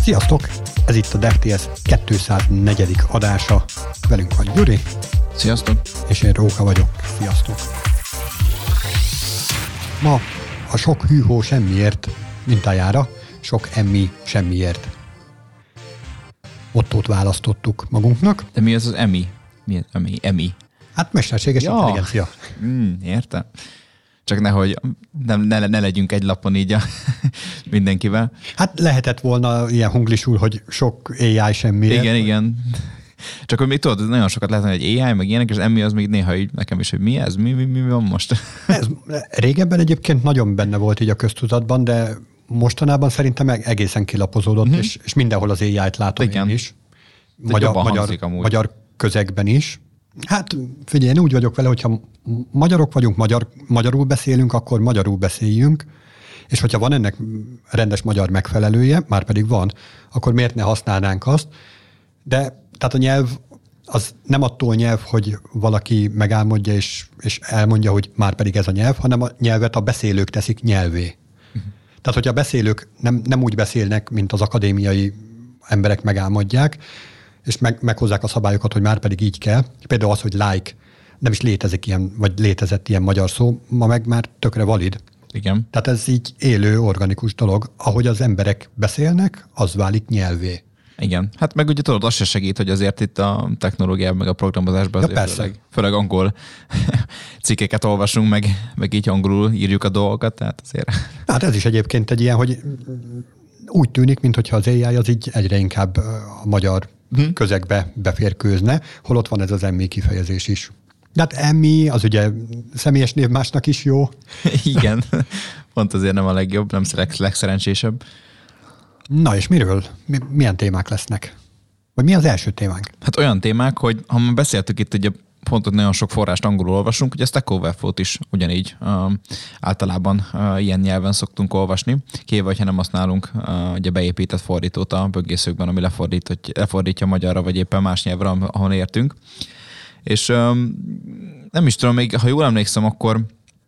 Sziasztok! Ez itt a DevTales 204. adása. Velünk van Gyuri. Sziasztok! És én Róka vagyok. Sziasztok! Ma a sok hűhó semmiért mintájára, sok emmi semmiért mottót választottuk magunknak. De mi az emmi? Mi az emmi? Hát mesterséges intelligencia. Értem. Csak nehogy ne legyünk egy lapon így mindenkivel. Hát lehetett volna ilyen hunglisul, hogy sok AI semmiért. Igen. Csak hogy még tudod, nagyon sokat lehet, hogy egy AI, meg ilyenek, és emmi az még néha így nekem is, hogy mi ez? Mi van most? Ez régebben egyébként nagyon benne volt így a köztudatban, de mostanában szerintem egészen kilapozódott, és mindenhol az AI-t látom én is. Magyar közegben is. Hát figyelj, én úgy vagyok vele, hogyha magyarok vagyunk, magyarul beszélünk, akkor magyarul beszéljünk, és hogyha van ennek rendes magyar megfelelője, már pedig van, akkor miért ne használnánk azt? De tehát a nyelv az nem attól nyelv, hogy valaki megálmodja és elmondja, hogy már pedig ez a nyelv, hanem a nyelvet a beszélők teszik nyelvé. Tehát, hogyha a beszélők nem úgy beszélnek, mint az akadémiai emberek megálmodják, és meghozzák a szabályokat, hogy már pedig így kell. Például az, hogy like, nem is létezik ilyen, vagy létezett ilyen magyar szó, ma meg már tökre valid. Igen. Tehát ez így élő, organikus dolog. Ahogy az emberek beszélnek, az válik nyelvé. Igen. Hát meg ugye tudod, az se segít, hogy azért itt a technológiában, meg a programozásban azért főleg angol cikkeket olvasunk, meg így angolul írjuk a dolgokat, tehát azért. Hát ez is egyébként egy ilyen, hogy úgy tűnik, mintha az AI az így egyre inkább a magyar közegbe beférkőzne, holott van ez az emmi kifejezés is. De hát emmi, az ugye személyes név másnak is jó. Igen, pont azért nem a legjobb, nem legszerencsésebb. Na és miről? Milyen témák lesznek? Vagy mi az első témánk? Hát olyan témák, hogy ha már beszéltük itt, ugye pont, hogy nagyon sok forrást angolul olvasunk, ugye a Stack Overflow-t is ugyanígy általában ilyen nyelven szoktunk olvasni, kivéve, hogyha nem használunk ugye beépített fordítót a böngészőkben, ami lefordítja magyarra, vagy éppen más nyelvre, ahol értünk. És nem is tudom, még ha jól emlékszem, akkor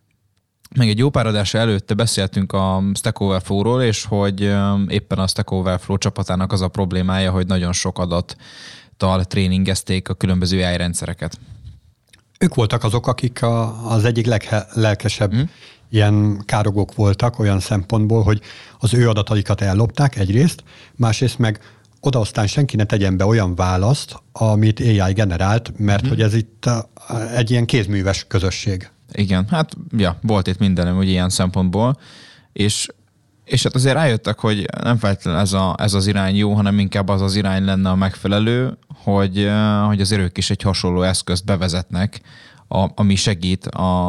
még egy jó pár adása előtte beszéltünk a Stack Overflow-ról, és hogy éppen a Stack Overflow csapatának az a problémája, hogy nagyon sok adattal tréningezték a különböző AI rendszereket. Ők voltak azok, akik az egyik leglelkesebb ilyen károgók voltak olyan szempontból, hogy az ő adataikat ellopták egyrészt, másrészt meg oda aztán senki ne tegyen be olyan választ, amit AI generált, mert hogy ez itt egy ilyen kézműves közösség. Igen, hát ja, volt itt minden úgy ilyen szempontból, és hát azért rájöttek, hogy nem feltétlenül ez az irány jó, hanem inkább az irány lenne a megfelelő, hogy azért ők is egy hasonló eszközt bevezetnek, ami segít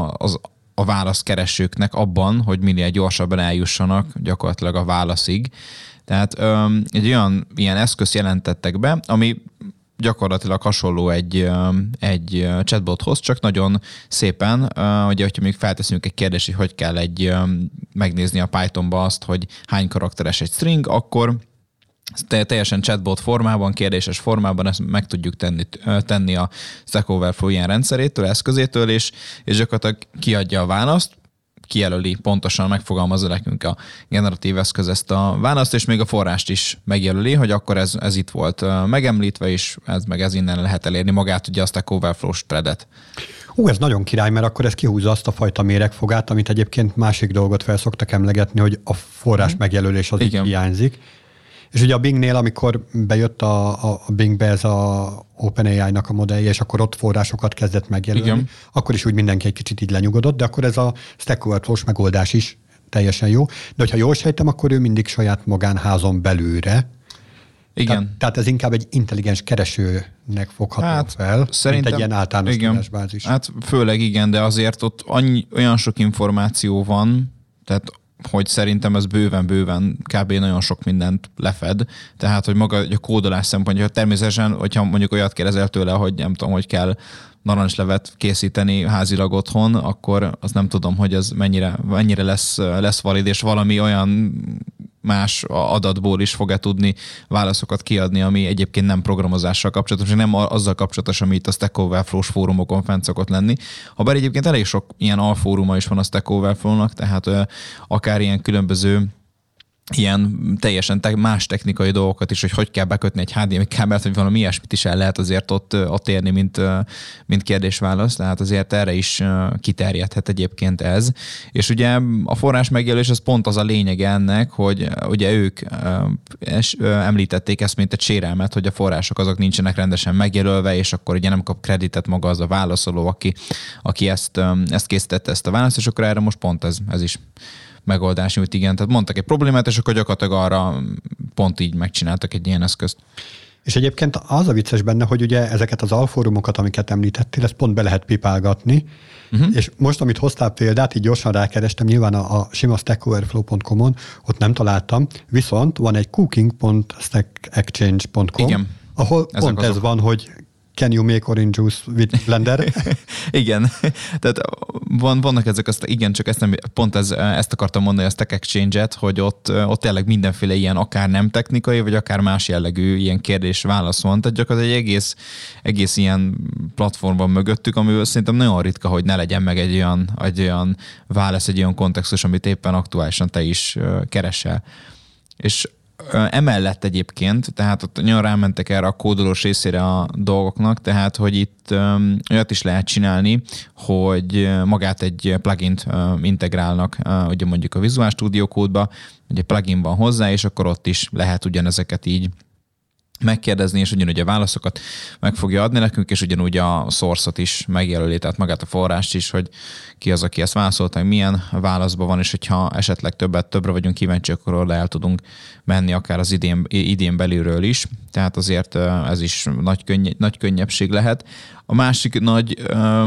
a válaszkeresőknek abban, hogy minél gyorsabban eljussanak gyakorlatilag a válaszig. Tehát egy olyan ilyen eszközt jelentettek be, ami gyakorlatilag hasonló egy chatbothoz, csak nagyon szépen, ugye, hogyha még felteszünk egy kérdést, hogy kell megnézni a Pythonba azt, hogy hány karakteres egy string, akkor teljesen chatbot formában, kérdéses formában ezt meg tudjuk tenni a Stack Overflow ilyen rendszerétől, eszközétől, és gyakorlatilag kiadja a választ, kijelöli, pontosan megfogalmazza nekünk a generatív eszköz ezt a választ, és még a forrást is megjelöli, hogy akkor ez itt volt megemlítve, és ez innen lehet elérni magát, ugye azt a Overflow threadet. Ez nagyon király, mert akkor ez kihúzza azt a fajta méregfogát, amit egyébként másik dolgot fel szoktak emlegetni, hogy a forrás megjelölés az így hiányzik. És ugye a Bingnél, amikor bejött a Bingbe ez a OpenAI-nak a modellje, és akkor ott forrásokat kezdett megjelölni, akkor is úgy mindenki egy kicsit így lenyugodott, de akkor ez a Stack Overflow-s megoldás is teljesen jó. De hogyha jól sejtem, akkor ő mindig saját magánházon belőle. Igen. Tehát ez inkább egy intelligens keresőnek fogható fel, mint egy ilyen általános tudásbázis. Hát főleg igen, de azért ott olyan sok információ van, tehát hogy szerintem ez bőven kb. Nagyon sok mindent lefed. Tehát, hogy maga a kódolás szempontjából természetesen, hogyha mondjuk olyat kérdezel tőle, hogy nem tudom, hogy kell narancslevet készíteni házilag otthon, akkor azt nem tudom, hogy ez mennyire lesz valid, és valami olyan más adatból is fog-e tudni válaszokat kiadni, ami egyébként nem programozással kapcsolatos, nem azzal kapcsolatos, ami itt a Stack Overflow-s fórumokon fent szokott lenni. Habár egyébként elég sok ilyen alfóruma is van a Stack Overflow-nak, tehát akár ilyen különböző ilyen teljesen más technikai dolgokat is, hogy kell bekötni egy HDMI kábelt, hogy valami ilyesmit is el lehet azért ott érni, mint kérdés-válasz, tehát azért erre is kiterjedhet egyébként ez. És ugye a forrás megjelölés az pont az a lényeg ennek, hogy ugye ők említették ezt, mint egy sérelmet, hogy a források azok nincsenek rendesen megjelölve, és akkor ugye nem kap kreditet maga az a válaszoló, aki ezt készítette, ezt a választ, és akkor erre most pont ez is megoldás nyújt, igen. Tehát mondtak egy problémát, és akkor gyakorlatilag arra pont így megcsináltak egy ilyen eszközt. És egyébként az a vicces benne, hogy ugye ezeket az alfórumokat, amiket említettél, ezt pont be lehet pipálgatni, és most, amit hoztál példát, így gyorsan rákerestem, nyilván a sima stackoverflow.com-on, ott nem találtam, viszont van egy cooking.stackexchange.com, igen, ahol pont ez van, hogy can you make orange juice with blender? Igen, tehát vannak ezek, igen, csak ezt akartam mondani, a Stack Exchange-et, hogy ott tényleg mindenféle ilyen akár nem technikai, vagy akár más jellegű ilyen kérdés-válasz van, tehát gyakorlatilag egy egész ilyen platform van mögöttük, amiből szerintem nagyon ritka, hogy ne legyen meg egy olyan válasz, egy olyan kontextus, amit éppen aktuálisan te is keresel. És emellett egyébként, tehát ott nagyon rámentek erre a kódolós részére a dolgoknak, tehát hogy itt olyat is lehet csinálni, hogy magát egy plugint integrálnak, ugye mondjuk a Visual Studio Code-ba, ugye plugin van hozzá, és akkor ott is lehet ugyanezeket így megkérdezni, és ugyanúgy a válaszokat meg fogja adni nekünk, és ugyanúgy a source-ot is megjelöli, tehát magát a forrást is, hogy ki az, aki ezt válaszolta, milyen válaszban van, és hogyha esetleg többre vagyunk kíváncsi, akkor oda el tudunk menni akár az idén belülről is, tehát azért ez is nagy könnyebbség lehet. A másik nagy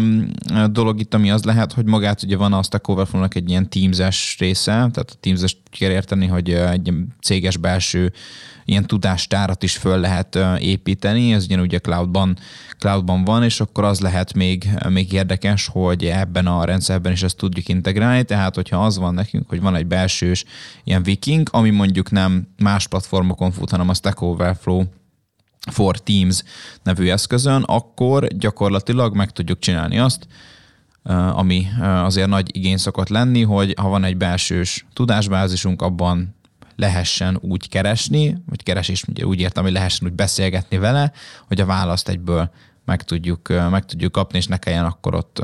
dolog itt, ami az lehet, hogy magát ugye van a Stack Overflow-nak egy ilyen Teams-es része, tehát a Teams-es kell érteni, hogy egy céges belső ilyen tudástárat is föl lehet építeni, ez ugyanúgy a cloudban van, és akkor az lehet még érdekes, hogy ebben a rendszerben is ezt tudjuk integrálni, tehát hogyha az van nekünk, hogy van egy belsős ilyen wikink, ami mondjuk nem más platformokon fut, hanem a Stack Overflow for Teams nevű eszközön, akkor gyakorlatilag meg tudjuk csinálni azt, ami azért nagy igény szokott lenni, hogy ha van egy belsős tudásbázisunk, abban lehessen úgy keresni, vagy keresés úgy értem, hogy lehessen úgy beszélgetni vele, hogy a választ egyből meg tudjuk kapni, és ne kelljen akkor ott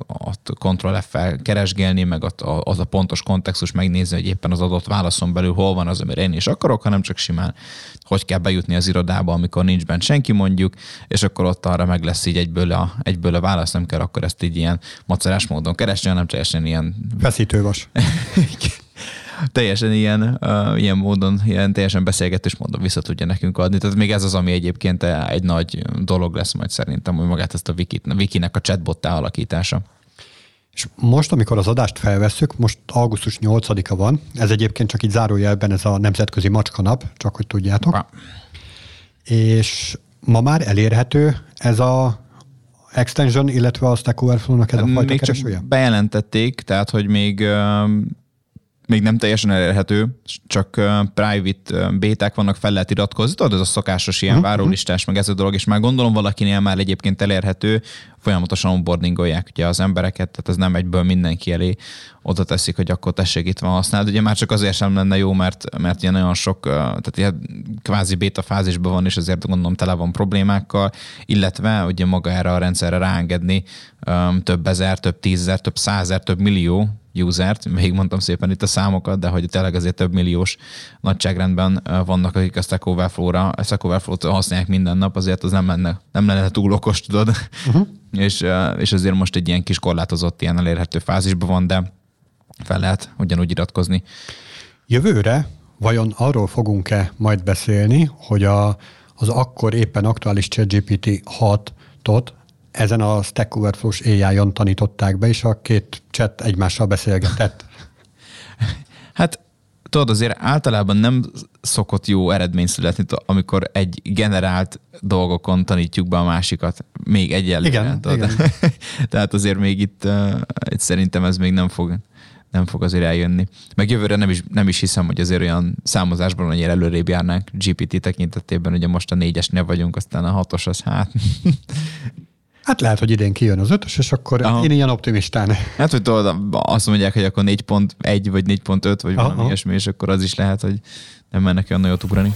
Ctrl-F-fel keresgélni, meg az a pontos kontextus megnézni, hogy éppen az adott válaszon belül hol van az, amire én is akarok, hanem csak simán, hogy kell bejutni az irodába, amikor nincs bent senki mondjuk, és akkor ott arra meg lesz így egyből a válasz, nem kell akkor ezt így ilyen macerás módon keresni, hanem teljesen ilyen... Feszítővas. Teljesen ilyen módon, ilyen teljesen beszélgetős módon vissza tudja nekünk adni. Tehát még ez az, ami egyébként egy nagy dolog lesz majd szerintem, hogy magát ezt a Wikinek a chatbottá alakítása. És most, amikor az adást felvesszük, most augusztus 8-a van, ez egyébként csak így zárójelben ez a Nemzetközi Macska-nap, csak hogy tudjátok. És ma már elérhető ez a extension, illetve a Stack Overflow-nak ez a fajta keresője? Csak bejelentették, tehát hogy még nem teljesen elérhető, csak private béták vannak, fel lehet iratkozni. Tudod, ez a szokásos ilyen várólistás, meg ez a dolog, és már gondolom valakinél már egyébként elérhető, folyamatosan onboardingolják ugye az embereket, tehát ez nem egyből mindenki elé oda teszik, hogy akkor tessék itt van használd. Ugye már csak azért sem lenne jó, mert ilyen nagyon sok, tehát ilyen kvázi béta fázisban van, és azért gondolom tele van problémákkal, illetve ugye maga erre a rendszerre ráengedni több ezer, több tízezer, több százezer, több millió usert, még mondtam szépen itt a számokat, de hogy tényleg azért több milliós nagyságrendben vannak, akik a Stack Overflow-t használják minden nap, azért az nem lenne túl okos, tudod. És azért most egy ilyen kis korlátozott, ilyen elérhető fázisban van, de fel lehet ugyanúgy iratkozni. Jövőre vajon arról fogunk-e majd beszélni, hogy az akkor éppen aktuális ChatGPT 6-ot ezen a Stack Overflow-s AI-on tanították be, és a két chat egymással beszélgetett? Hát tudod, azért általában nem szokott jó eredmény születni, amikor egy generált dolgokon tanítjuk be a másikat. Még egyelőre. Igen. Tehát azért még itt szerintem ez még nem fog azért eljönni. Meg jövőre nem is hiszem, hogy azért olyan számozásban annyira előrébb járnánk GPT tekintetében, ugye most a 4-esnél vagyunk, aztán a 6-os az hát... Hát lehet, hogy idén kijön az 5-ös, és akkor én ilyen optimistán. Hát, hogy tudod, azt mondják, hogy akkor 4.1 vagy 4.5 vagy valami ilyesmi, és akkor az is lehet, hogy nem mennek olyan nagyot ugrani.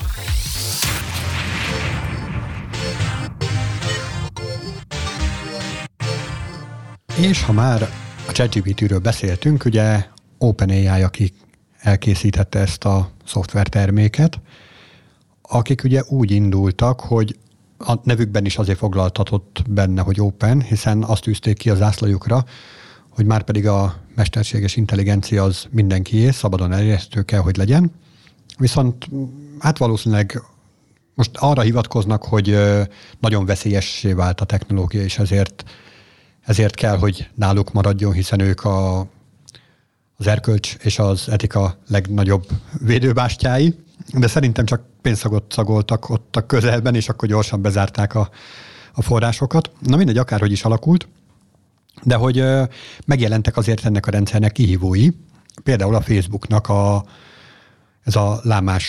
És ha már a ChatGPT-ről beszéltünk, ugye OpenAI, aki elkészítette ezt a szoftverterméket, akik ugye úgy indultak, hogy a nevükben is azért foglaltatott benne, hogy Open, hiszen azt tűzték ki a zászlajukra, hogy már pedig a mesterséges intelligencia az mindenkié, szabadon elérhető kell, hogy legyen. Viszont hát valószínűleg most arra hivatkoznak, hogy nagyon veszélyessé vált a technológia, és ezért kell, hogy náluk maradjon, hiszen ők az erkölcs és az etika legnagyobb védőbástyái, de szerintem csak pénzszagot szagoltak ott a közelben, és akkor gyorsan bezárták a forrásokat. Na mindegy, akárhogy is alakult, de hogy megjelentek azért ennek a rendszernek kihívói, például a Facebooknak ez a lámás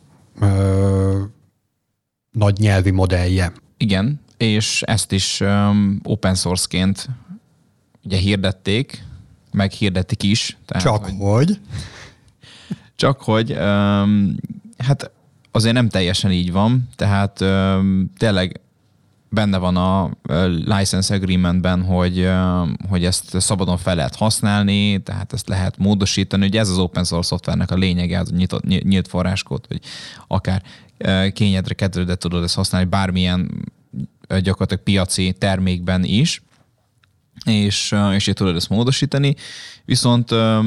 nagy nyelvi modellje. Igen, és ezt is open source-ként ugye hirdették, meg hirdetik is. Tehát, Csak hogy hát azért nem teljesen így van, tehát tényleg benne van a license agreementben, hogy ezt szabadon fel lehet használni, tehát ezt lehet módosítani. Ugye ez az open source szoftvernek a lényege, az nyílt forráskód, hogy akár kényedre, kedvedre tudod ezt használni bármilyen gyakorlatilag piaci termékben is, és így tudod ezt módosítani. Viszont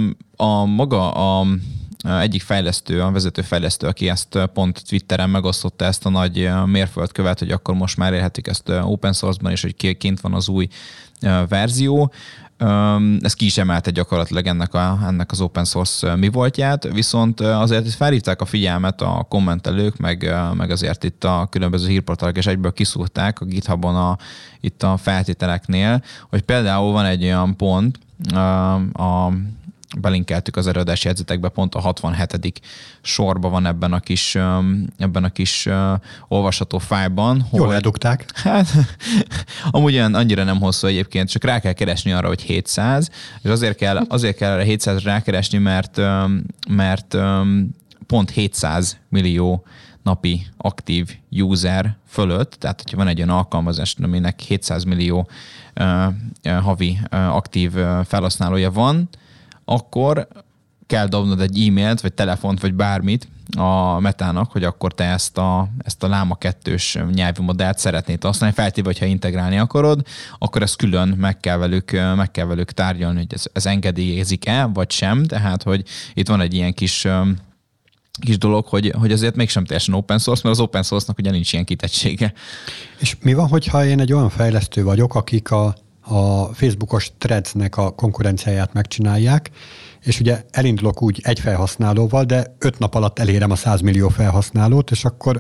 egyik fejlesztő, a vezető fejlesztő, aki ezt pont Twitteren megosztotta ezt a nagy mérföldkövet, hogy akkor most már érhetik ezt open source-ban, és hogy kint van az új verzió. Ez ki is emelte gyakorlatilag ennek az open source mi voltját, viszont azért felhívták a figyelmet a kommentelők, meg azért itt a különböző hírportálok, és egyből kiszúrták a GitHubon itt a feltételeknél, hogy például van egy olyan pont, belinkeltük az előadási jegyzetekbe, pont a 67. sorban van ebben a kis olvasható fájlban. Jól eldugták. Hát, amúgy annyira nem hosszú egyébként, csak rá kell keresni arra, hogy 700, és azért kell erre 700 rákeresni, mert pont 700 millió napi aktív user fölött, tehát hogyha van egy olyan alkalmazás, aminek 700 millió havi aktív felhasználója van, akkor kell dobnod egy e-mailt, vagy telefont, vagy bármit a Metának, hogy akkor te ezt a Llama 2-s nyelvi modellt szeretnéd használni, feltéve, hogyha integrálni akarod, akkor ezt külön meg kell velük tárgyalni, hogy ez engedélyezik-e, vagy sem, tehát, hogy itt van egy ilyen kis dolog, hogy azért mégsem teljesen open source, mert az open source-nak ugye nincs ilyen kitettsége. És mi van, hogyha én egy olyan fejlesztő vagyok, akik a Facebookos Threads-nek a konkurenciáját megcsinálják, és ugye elindulok úgy egy felhasználóval, de 5 nap alatt elérem a 100 millió felhasználót, és akkor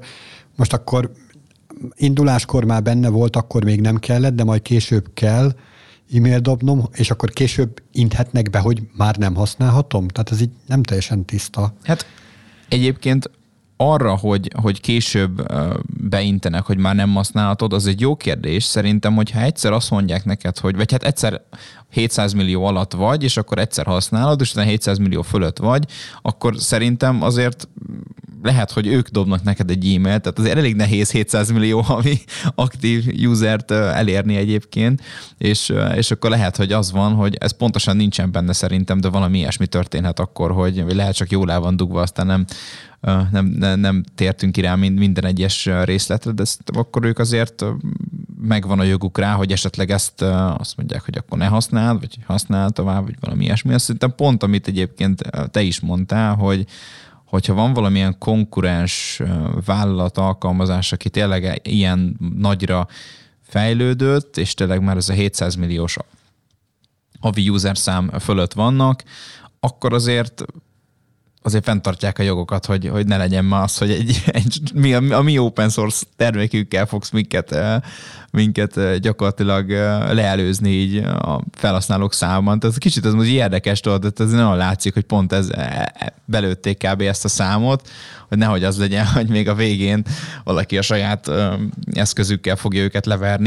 induláskor már benne volt, akkor még nem kellett, de majd később kell e-mail dobnom, és akkor később inthetnek be, hogy már nem használhatom? Tehát ez így nem teljesen tiszta. Hát egyébként arra, hogy később beintenek, hogy már nem használhatod, az egy jó kérdés. Szerintem, hogyha egyszer azt mondják neked, vagy hát egyszer 700 millió alatt vagy, és akkor egyszer használod, és utána 700 millió fölött vagy, akkor szerintem azért lehet, hogy ők dobnak neked egy e-mailt, tehát azért elég nehéz 700 millió havi aktív usert elérni egyébként, és akkor lehet, hogy az van, hogy ez pontosan nincsen benne szerintem, de valami ilyesmi történhet akkor, hogy lehet csak jól el van dugva, aztán nem tértünk ki rá minden egyes részletre, de akkor ők azért megvan a joguk rá, hogy esetleg ezt azt mondják, hogy akkor ne használd, vagy használd tovább, vagy valami ilyesmi. Azt szerintem pont, amit egyébként te is mondtál, hogyha van valamilyen konkurens vállalat alkalmazás, aki tényleg ilyen nagyra fejlődött, és tényleg már ez a 700 milliós havi user szám fölött vannak, akkor azért fenntartják a jogokat, hogy ne legyen már az, hogy a mi open source termékükkel fogsz minket gyakorlatilag leelőzni így a felhasználók számban. Tehát kicsit ez most érdekes, tudod, ez nagyon látszik, hogy pont belőtték kb. Ezt a számot, hogy nehogy az legyen, hogy még a végén valaki a saját eszközükkel fogja őket leverni.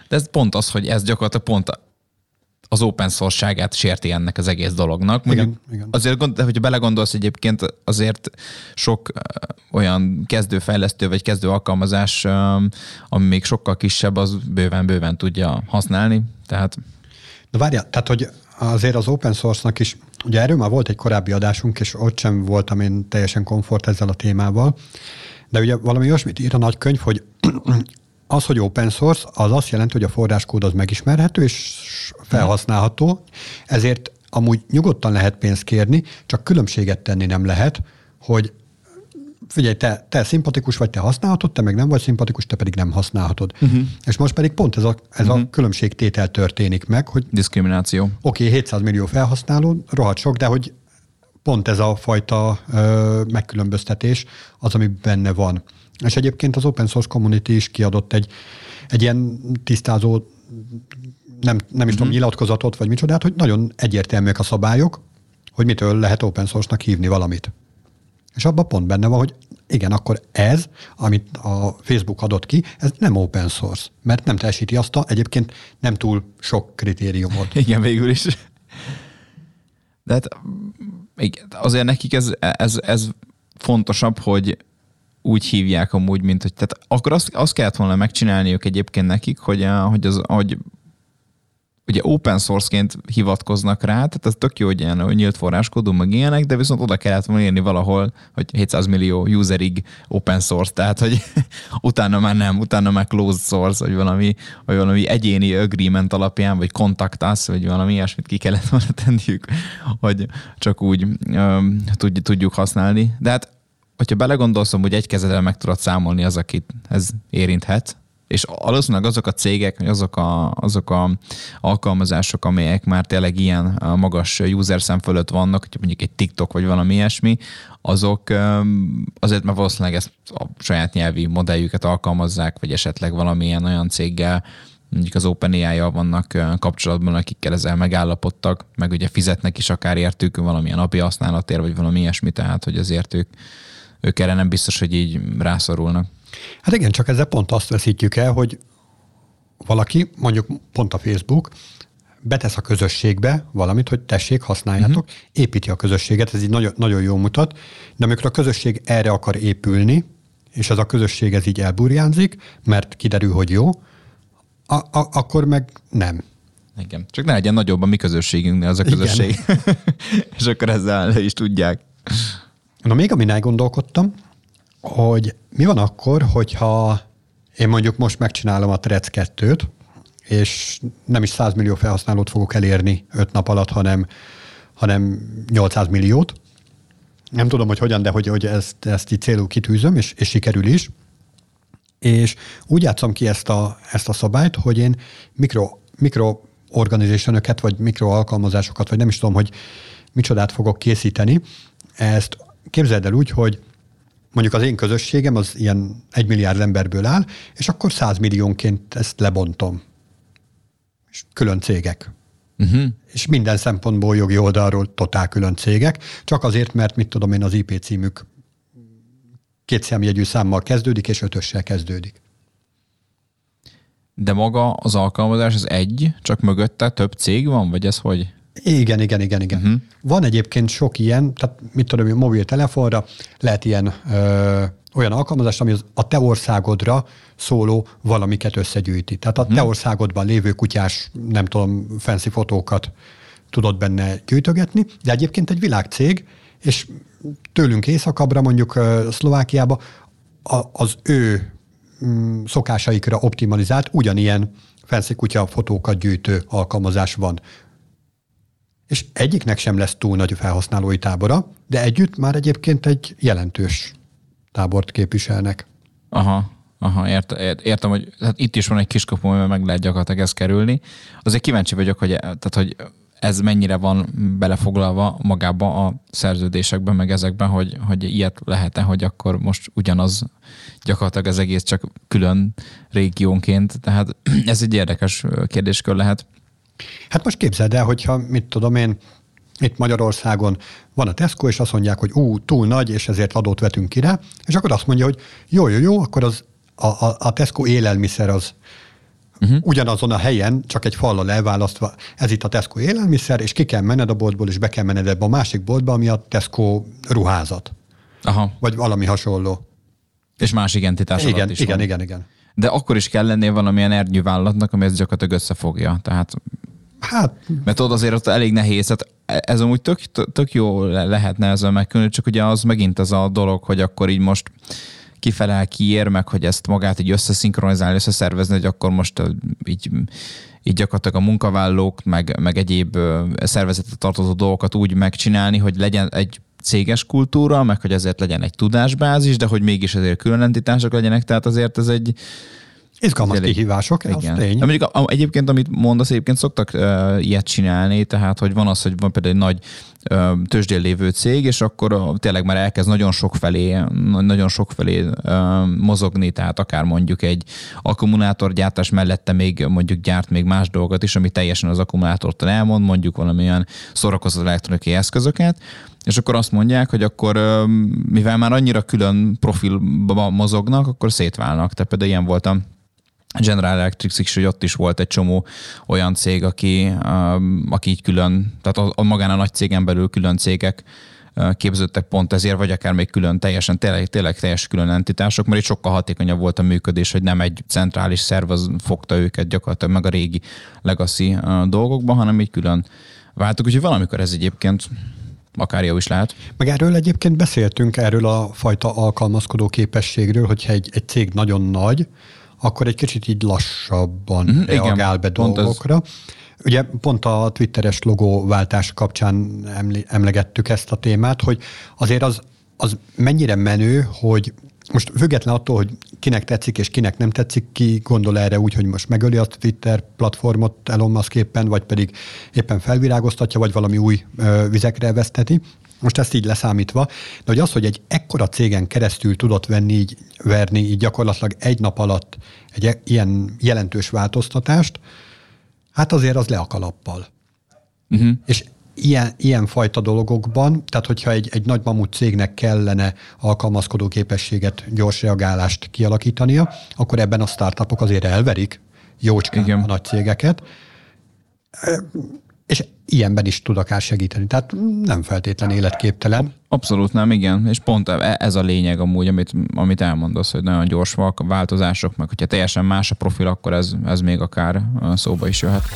De ez pont az, hogy ez gyakorlatilag pont az open source-ságát sérti ennek az egész dolognak. Mondjuk igen. Azért, hogyha belegondolsz egyébként, azért sok olyan kezdőfejlesztő vagy kezdő alkalmazás, ami még sokkal kisebb, az bőven tudja használni. Tehát... De várjál, tehát hogy azért az open source-nak is, ugye erről már volt egy korábbi adásunk, és ott sem voltam én teljesen komfort ezzel a témával, de ugye valami olyasmit ír a nagy könyv, hogy az, hogy open source, az azt jelenti, hogy a forráskód az megismerhető és felhasználható, ezért amúgy nyugodtan lehet pénzt kérni, csak különbséget tenni nem lehet, hogy figyelj, te szimpatikus vagy, te használhatod, te meg nem vagy szimpatikus, te pedig nem használhatod. És most pedig pont ez a különbségtétel történik meg, hogy diszkrimináció. Oké, 700 millió felhasználó, rohadt sok, de hogy pont ez a fajta megkülönböztetés az, ami benne van. És egyébként az open source community is kiadott egy ilyen tisztázó, nem is tudom, nyilatkozatot, vagy micsodát, hogy nagyon egyértelműek a szabályok, hogy mitől lehet open source-nak hívni valamit. És abban pont benne van, hogy igen, akkor ez, amit a Facebook adott ki, ez nem open source, mert nem teljesíti azt egyébként nem túl sok kritériumot. Igen, végül is. De hát azért nekik ez fontosabb, hogy úgy hívják amúgy, mint hogy... Tehát akkor azt kellett volna megcsinálniuk egyébként nekik, hogy ugye open source-ként hivatkoznak rá, tehát ez tök jó, hogy ilyen nyílt forráskódú, meg ilyenek, de viszont oda kellett volna írni valahol, hogy 700 millió userig open source, tehát hogy utána már nem, utána már closed source, vagy valami egyéni agreement alapján, vagy contact us, vagy valami ilyesmit ki kellett volna tenniük, hogy csak úgy tudjuk használni. De hát, hogyha belegondolsz, hogy egy kezeddel meg tudod számolni az, akit ez érinthet, és valószínűleg azok a cégek, vagy azok a alkalmazások, amelyek már tényleg ilyen magas user szám fölött vannak, hogy mondjuk egy TikTok vagy valami ilyesmi, azok azért már valószínűleg ezt a saját nyelvi modelljüket alkalmazzák, vagy esetleg valamilyen olyan céggel, mondjuk az OpenAI-jal vannak kapcsolatban, akikkel ezzel megállapodtak, meg ugye fizetnek is akár értük valamilyen API használatért, vagy valami ilyesmi, tehát hogy azért ők erre nem biztos, hogy így rászorulnak. Hát igen, csak ezzel pont azt veszítjük el, hogy valaki, mondjuk pont a Facebook, betesz a közösségbe valamit, hogy tessék, használjátok, építi a közösséget, ez így nagyon, nagyon jól mutat, de amikor a közösség erre akar épülni, és ez a közösség ez így elburjánzik, mert kiderül, hogy jó, akkor meg nem. Igen. Csak ne legyen nagyobb a mi közösségünknél az a közösség. És akkor ezzel le is tudják. Na még amin elgondolkodtam, hogy mi van akkor, hogyha én mondjuk most megcsinálom a Threads 2-t, és nem is 100 millió felhasználót fogok elérni 5 nap alatt, hanem 800 milliót. Nem tudom, hogy hogyan, de hogy ezt így célul kitűzöm, és sikerül is. És úgy játszom ki ezt a szabályt, hogy én mikro organizationöket, vagy mikro alkalmazásokat, vagy nem is tudom, hogy micsodát fogok készíteni. Ezt képzeld el úgy, hogy mondjuk az én közösségem az ilyen 1 milliárd emberből áll, és akkor 100 milliónként ezt lebontom. És külön cégek. És minden szempontból jogi oldalról totál külön cégek, csak azért, mert mit tudom én, az IP címük 2 számjegyű számmal kezdődik, és 5-össel kezdődik. De maga az alkalmazás az egy, csak mögötte több cég van, vagy ez hogy? Igen. Van egyébként sok ilyen, tehát mit tudom én, mobiltelefonra lehet ilyen olyan alkalmazás, ami a te országodra szóló valamiket összegyűjti. Tehát a te országodban lévő kutyás, nem tudom, fancy fotókat tudod benne gyűjtögetni, de egyébként egy világcég, és tőlünk északabbra, mondjuk Szlovákiába az ő szokásaikra optimalizált ugyanilyen fancy kutya fotókat gyűjtő alkalmazás van. És egyiknek sem lesz túl nagy felhasználói tábora, de együtt már egyébként egy jelentős tábort képviselnek. Aha, értem, hogy hát itt is van egy kiskapu, amivel meg lehet gyakorlatilag ezt kerülni. Azért kíváncsi vagyok, hogy ez mennyire van belefoglalva magába a szerződésekben, meg ezekben, hogy ilyet lehet-e, hogy akkor most ugyanaz gyakorlatilag az egész csak külön régiónként. Tehát ez egy érdekes kérdéskör lehet. Hát most képzeld el, hogyha mit tudom én, itt Magyarországon van a Tesco, és azt mondják, hogy túl nagy, és ezért adót vetünk ki rá, és akkor azt mondja, hogy jó, akkor a Tesco élelmiszer az ugyanazon a helyen, csak egy fallal elválasztva, ez itt a Tesco élelmiszer, és ki kell menned a boltból, és be kell menned ebbe a másik boltba, ami a Tesco ruházat. Aha. Vagy valami hasonló. És másik entitás alatt is van. Igen. De akkor is kell lennie valamilyen ernyővállalatnak, ami ezt gyakorlatilag összefogja. Tehát, mert ott azért ott elég nehéz. Hát ez amúgy tök jó lehetne ezzel megkülni, csak ugye az megint az a dolog, hogy akkor így most kifelel, kiér meg, hogy ezt magát így összeszinkronizálni, összeszervezni, hogy akkor most így gyakorlatilag a munkavállalók, meg egyéb szervezetet tartozó dolgokat úgy megcsinálni, hogy legyen egy céges kultúra, meg hogy azért legyen egy tudásbázis, de hogy mégis azért külön entitások legyenek, tehát azért ez egy izgalmas kihívások, ez tény. De mondjuk egyébként, amit mondasz, egyébként szoktak ilyet csinálni, tehát hogy van az, hogy van például egy nagy tőzsdén lévő cég, és akkor tényleg már elkezd nagyon sok felé mozogni, tehát akár mondjuk egy akkumulátorgyártás mellette még mondjuk gyárt még más dolgot is, ami teljesen az akkumulátortól elmond, mondjuk valamilyen szórakoztató elektronikai eszközöket, és akkor azt mondják, hogy akkor mivel már annyira külön profilba mozognak, akkor szétválnak. Tehát például ilyen volt a General Electric is, hogy ott is volt egy csomó olyan cég, aki így külön, tehát a magán a nagy cégen belül külön cégek képződtek pont ezért, vagy akár még külön tényleg teljes külön entitások, mert itt sokkal hatékonyabb volt a működés, hogy nem egy centrális szerv az fogta őket gyakorlatilag meg a régi legacy dolgokban, hanem így külön váltuk. Úgyhogy valamikor ez egyébként akár jó is lehet. Meg erről egyébként beszéltünk, erről a fajta alkalmazkodó képességről, hogyha egy cég nagyon nagy, akkor egy kicsit így lassabban reagál be dolgokra. Ugye pont a twitteres logóváltás kapcsán emlegettük ezt a témát, hogy azért az mennyire menő, hogy most független attól, hogy kinek tetszik és kinek nem tetszik, ki gondol erre úgy, hogy most megöli a Twitter platformot Elon Musk éppen, vagy pedig éppen felvirágoztatja, vagy valami új vizekre veszteti. Most ezt így leszámítva, de hogy az, hogy egy ekkora cégen keresztül tudott verni így gyakorlatilag egy nap alatt egy ilyen jelentős változtatást, hát azért az le a kalappal. És ilyen fajta dolgokban, tehát hogyha egy nagy mamut cégnek kellene alkalmazkodó képességet, gyors reagálást kialakítania, akkor ebben a startupok azért elverik jócskán a nagy cégeket, és ilyenben is tud akár segíteni. Tehát nem feltétlen életképtelen. Abszolút nem, igen. És pont ez a lényeg amúgy, amit elmondasz, hogy nagyon gyors változások, meg hogyha teljesen más a profil, akkor ez még akár szóba is jöhet.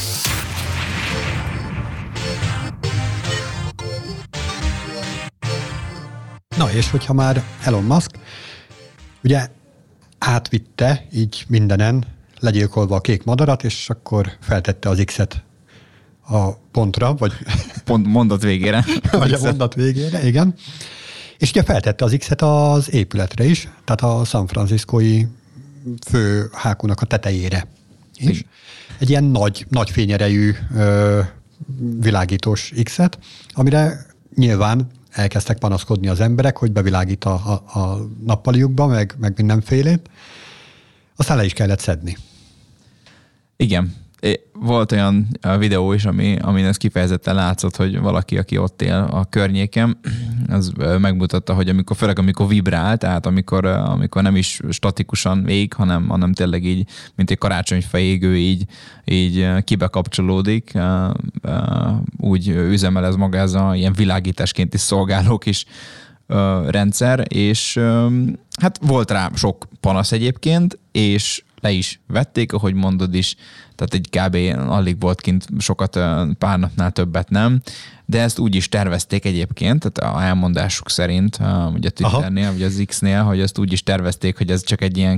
Na és hogyha már Elon Musk ugye átvitte így mindenen, legyilkolva a kék madarat, és akkor feltette az X-et a pontra, vagy mondat végére. Vagy a mondat végére, igen. És ugye feltette az X-et az épületre is, tehát a San Franciscói fő hákúnak a tetejére is. Egy ilyen nagy fényerejű világítós X-et, amire nyilván elkezdtek panaszkodni az emberek, hogy bevilágít a nappaliukba, meg mindenfélét. Aztán le is kellett szedni. Igen. Volt olyan videó is, amin ez kifejezetten látszott, hogy valaki, aki ott él a környéken, az megmutatta, hogy főleg amikor vibrál, tehát amikor nem is statikusan ég, hanem tényleg így, mint egy karácsonyfa égő, így kibekapcsolódik, úgy üzemel ez maga ez a ilyen világításként is szolgáló kis rendszer, és hát volt rá sok panasz egyébként, és le is vették, ahogy mondod is, tehát egy kb. Alig volt kint sokat, pár napnál többet nem, de ezt úgy is tervezték egyébként, tehát a elmondásuk szerint, ugye a Twitternél, vagy az X-nél, hogy ezt úgy is tervezték, hogy ez csak egy ilyen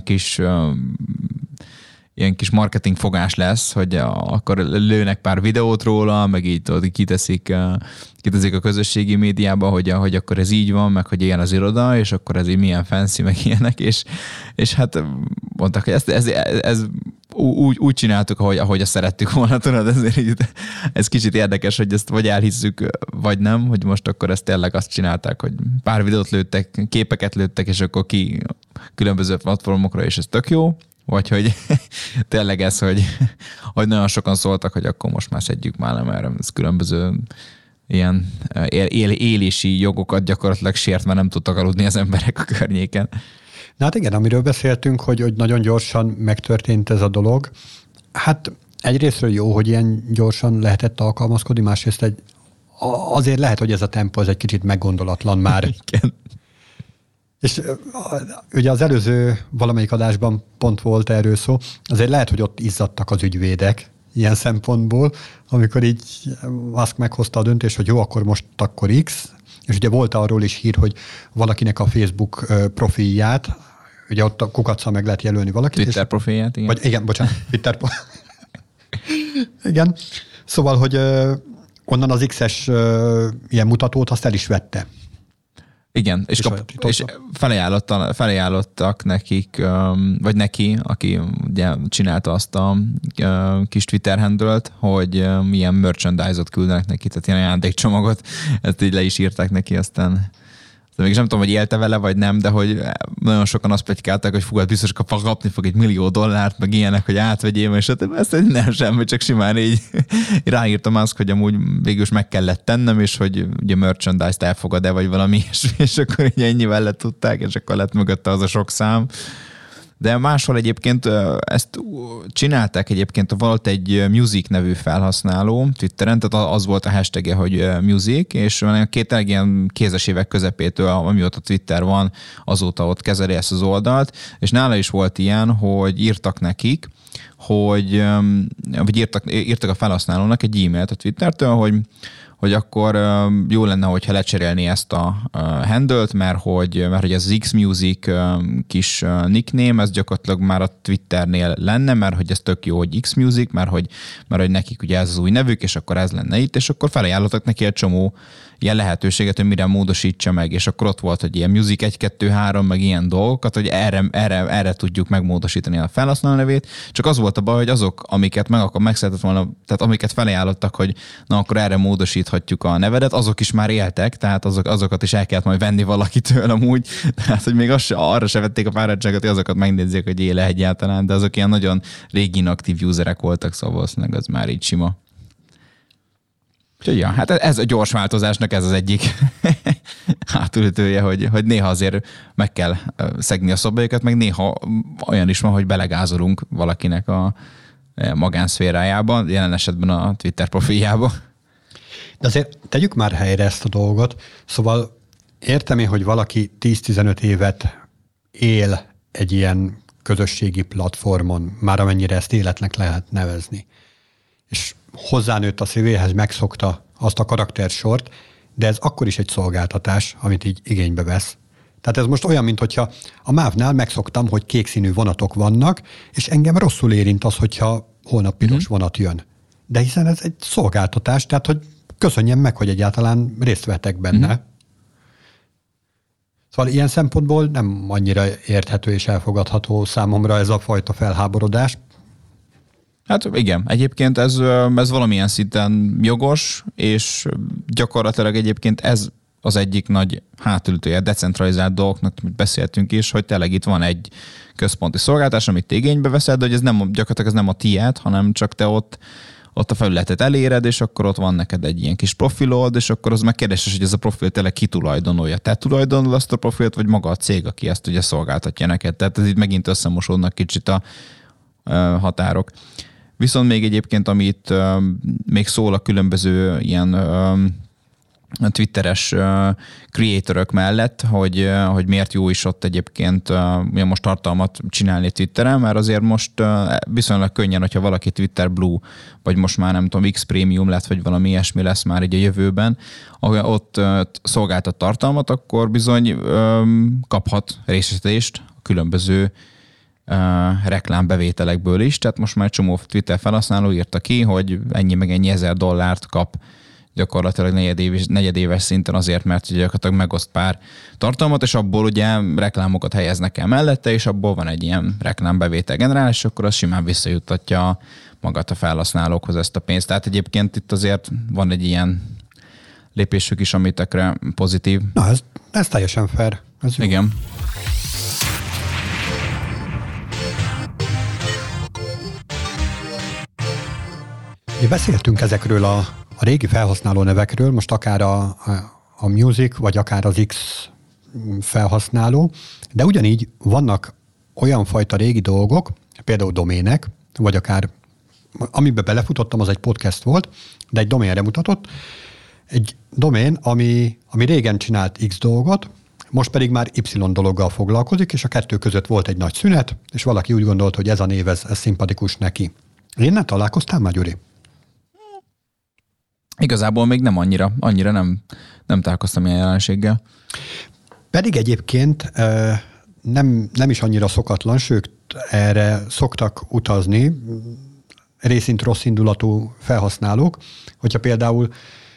kis marketing fogás lesz, hogy akkor lőnek pár videót róla, meg így tudod, kiteszik a közösségi médiába, hogy akkor ez így van, meg hogy ilyen az iroda, és akkor ez így milyen fancy, meg ilyenek, és hát mondták, hogy ez úgy csináltuk, ahogy azt szerettük volna, tudod, ezért ez kicsit érdekes, hogy ezt vagy elhisszük, vagy nem, hogy most akkor ezt tényleg azt csinálták, hogy pár videót lőttek, képeket lőttek, és akkor ki különböző platformokra, és ez tök jó, vagy hogy tényleg ez, hogy nagyon sokan szóltak, hogy akkor most már szedjük már le, mert ez különböző ilyen élési jogokat gyakorlatilag sért, mert nem tudtak aludni az emberek a környéken. Na hát igen, amiről beszéltünk, hogy nagyon gyorsan megtörtént ez a dolog. Hát egyrésztről jó, hogy ilyen gyorsan lehetett alkalmazkodni, másrészt azért lehet, hogy ez a tempó ez egy kicsit meggondolatlan már. Igen. És ugye az előző valamelyik adásban pont volt erről szó, azért lehet, hogy ott izzadtak az ügyvédek ilyen szempontból, amikor így Musk meghozta a döntést, hogy jó, akkor X, és ugye volt arról is hír, hogy valakinek a Facebook profilját, ugye ott a kukaccal meg lehet jelölni valakit. Twitter profilját, igen. Vagy igen, bocsánat, Twitter igen. Szóval, hogy onnan az X-es ilyen mutatót azt el is vette. Igen, és felajánlottak nekik, vagy neki, aki ugye csinálta azt a kis Twitter handle-t, hogy milyen merchandise-ot küldenek neki, tehát ilyen ajándékcsomagot, ezt így le is írták neki, aztán mégis nem tudom, hogy élte vele, vagy nem, de hogy nagyon sokan azt pletykálták, hogy fú, biztos kapni fog $1 millió, meg ilyenek, hogy átvegyél, és ezt nem semmi, csak simán így ráírtam azt, hogy amúgy végül is meg kellett tennem, és hogy ugye merchandise-t elfogad-e, vagy valami ilyesmi, és akkor így ennyivel letudták, és akkor lett mögötte az a sok szám. De máshol egyébként ezt csinálták egyébként, volt egy Music nevű felhasználó Twitteren, tehát az volt a hashtagje, hogy Music, és két ilyen kézes évek közepétől, amióta Twitter van, azóta ott kezeli ezt az oldalt, és nála is volt ilyen, hogy írtak nekik, vagy írtak a felhasználónak egy e-mailt a Twittertől, hogy akkor jó lenne, hogyha lecserélni ezt a handle-t, mert hogy ez az X-Music kis nickname, ez gyakorlatilag már a Twitternél lenne, mert hogy ez tök jó, hogy X-Music, mert hogy nekik ugye ez az új nevük, és akkor ez lenne itt, és akkor felajánlottak neki egy csomó ilyen lehetőséget, hogy mire módosítsa meg, és akkor ott volt, hogy ilyen Music 1, 2, 3, meg ilyen dolgokat, hogy erre tudjuk megmódosítani a felhasználó nevét, csak az volt a baj, hogy azok, amiket meg szeretett volna, tehát amiket felajánlottak, hogy na akkor erre módosíthatjuk a nevedet, azok is már éltek, tehát azokat is el kellett majd venni valakitől amúgy, tehát hogy még arra se vették a fáradtságot, hogy azokat megnézzék, hogy éle egyáltalán, de azok ilyen nagyon régi inaktív userek voltak, szóval valószínűleg az már így sima. Úgyhogy ja, hát ez a gyors változásnak ez az egyik hátulütője, hogy néha azért meg kell szegni a szabályokat, meg néha olyan is van, hogy belegázolunk valakinek a magánszférájába, jelen esetben a Twitter profiljába. De azért tegyük már helyre ezt a dolgot. Szóval értem én, hogy valaki 10-15 évet él egy ilyen közösségi platformon, már amennyire ezt életnek lehet nevezni. És hozzánőtt a szívéhez, megszokta azt a karaktersort, de ez akkor is egy szolgáltatás, amit így igénybe vesz. Tehát ez most olyan, mintha a MÁV-nál megszoktam, hogy kékszínű vonatok vannak, és engem rosszul érint az, hogyha holnap piros vonat jön. De hiszen ez egy szolgáltatás, tehát hogy köszönjem meg, hogy egyáltalán részt vettek benne. Szóval ilyen szempontból nem annyira érthető és elfogadható számomra ez a fajta felháborodás. Hát igen, egyébként ez valamilyen szinten jogos, és gyakorlatilag egyébként ez az egyik nagy hátulütője decentralizált dolgoknak, amit beszéltünk is, hogy tényleg itt van egy központi szolgáltatás, amit te igénybe veszed, de hogy ez gyakorlatilag ez nem a tiéd, hanem csak te ott a felületet eléred, és akkor ott van neked egy ilyen kis profilod, és akkor az meg kérdéses, hogy ez a profil tényleg ki tulajdonolja. Te tulajdonol azt a profilt, vagy maga a cég, aki ezt ugye szolgáltatja neked. Tehát ez itt megint összemosódnak kicsit a határok. Viszont még egyébként, amit még szól a különböző ilyen twitteres creatorok mellett, hogy miért jó is ott egyébként most tartalmat csinálni Twitteren, mert azért most viszonylag könnyen, hogyha valaki Twitter Blue, vagy most már nem tudom, X Premium lett, vagy valami ilyesmi lesz már így a jövőben, ahol ott szolgáltat tartalmat, akkor bizony kaphat részletést a különböző reklámbevételekből is, tehát most már csomó Twitter felhasználó írta ki, hogy ennyi meg ennyi $1000 kap gyakorlatilag negyedéves szinten azért, mert gyakorlatilag megoszt pár tartalmat, és abból ugye reklámokat helyeznek el mellette, és abból van egy ilyen reklámbevétel generál, és akkor az simán visszajuttatja magát a felhasználókhoz ezt a pénzt. Tehát egyébként itt azért van egy ilyen lépésük is, amitekre pozitív. Na, ez teljesen fair. Ez igen. Beszéltünk ezekről a régi felhasználó nevekről, most akár a Music, vagy akár az X felhasználó, de ugyanígy vannak olyan fajta régi dolgok, például domének, vagy akár amiben belefutottam, az egy podcast volt, de egy doménre mutatott. Egy domén, ami régen csinált X dolgot, most pedig már Y dologgal foglalkozik, és a kettő között volt egy nagy szünet, és valaki úgy gondolt, hogy ez a név, ez szimpatikus neki. Én nem találkoztál már, Gyuri? Igazából még nem annyira nem találkoztam ilyen jelenséggel. Pedig egyébként nem is annyira szokatlan, sőt, erre szoktak utazni részint rossz indulatú felhasználók, hogyha például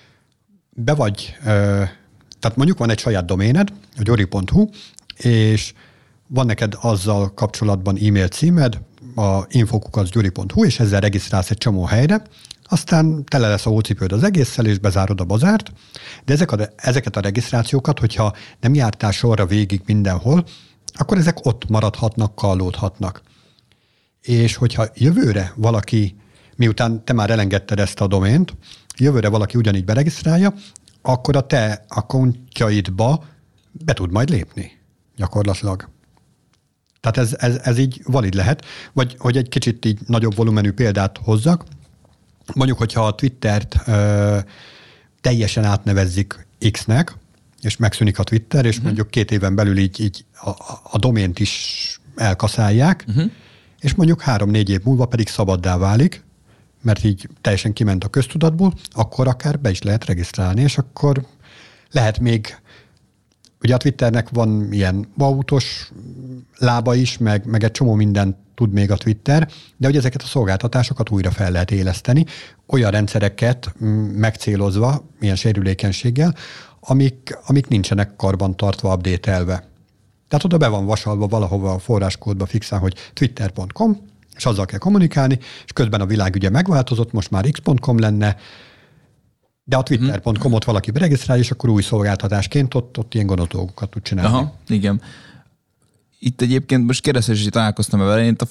tehát mondjuk van egy saját doméned, a gyori.hu, és van neked azzal kapcsolatban e-mail címed, a info@gyuri.hu, és ezzel regisztrálsz egy csomó helyre, aztán tele lesz a hócipőd az egésszel, és bezárod a bazárt, de ezeket a regisztrációkat, hogyha nem jártál sorra végig mindenhol, akkor ezek ott maradhatnak, kallódhatnak. És hogyha jövőre valaki, miután te már elengedted ezt a domént, jövőre valaki ugyanígy beregisztrálja, akkor a te accountjaidba be tud majd lépni gyakorlatilag. Tehát ez így valid lehet. Vagy hogy egy kicsit így nagyobb volumenű példát hozzak, mondjuk, hogyha a Twittert teljesen átnevezzik X-nek, és megszűnik a Twitter, és mondjuk 2 éven belül így a domént is elkaszálják, és mondjuk 3-4 év múlva pedig szabaddá válik, mert így teljesen kiment a köztudatból, akkor akár be is lehet regisztrálni, és akkor lehet még, ugye a Twitternek van ilyen autós lába is, meg egy csomó mindent tud még a Twitter, de hogy ezeket a szolgáltatásokat újra fel lehet éleszteni, olyan rendszereket megcélozva, ilyen sérülékenységgel, amik nincsenek karbantartva, update-elve. Tehát oda be van vasalva valahova a forráskódba fixen, hogy twitter.com, és azzal kell kommunikálni, és közben a világ ugye megváltozott, most már x.com lenne, de a twitter.com-ot valaki beregisztrál, és akkor új szolgáltatásként ott ilyen gonosz dolgokat tud csinálni. Aha, igen. Itt egyébként most kérdezés, hogy találkoztam vele, én itt a